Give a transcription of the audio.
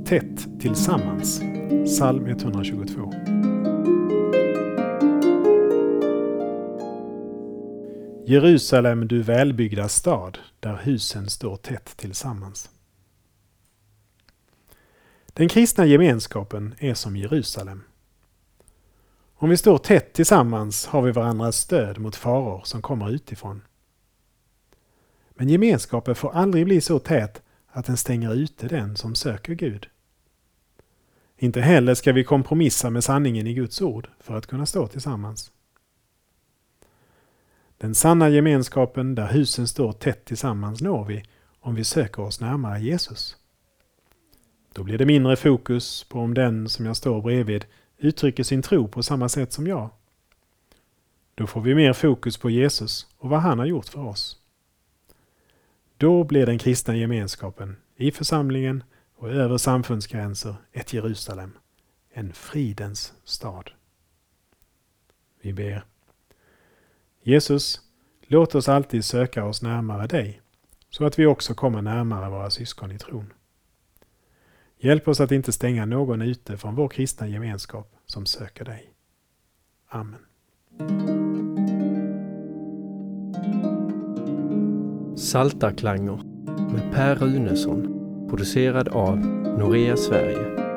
tätt tillsammans. Psalm 122. Jerusalem, du välbyggda stad, där husen står tätt tillsammans. Den kristna gemenskapen är som Jerusalem. Om vi står tätt tillsammans har vi varandras stöd mot faror som kommer utifrån. Men gemenskapen får aldrig bli så tät att den stänger ute den som söker Gud. Inte heller ska vi kompromissa med sanningen i Guds ord för att kunna stå tillsammans. Den sanna gemenskapen där husen står tätt tillsammans når vi om vi söker oss närmare Jesus. Då blir det mindre fokus på om den som jag står bredvid uttrycker sin tro på samma sätt som jag. Då får vi mer fokus på Jesus och vad han har gjort för oss. Då blir den kristna gemenskapen i församlingen och över samfundsgränser ett Jerusalem, en fridens stad. Vi ber. Jesus, låt oss alltid söka oss närmare dig, så att vi också kommer närmare våra syskon i tron. Hjälp oss att inte stänga någon ute från vår kristna gemenskap som söker dig. Amen. Saltarklanger med Per Runesson, producerad av Norea Sverige.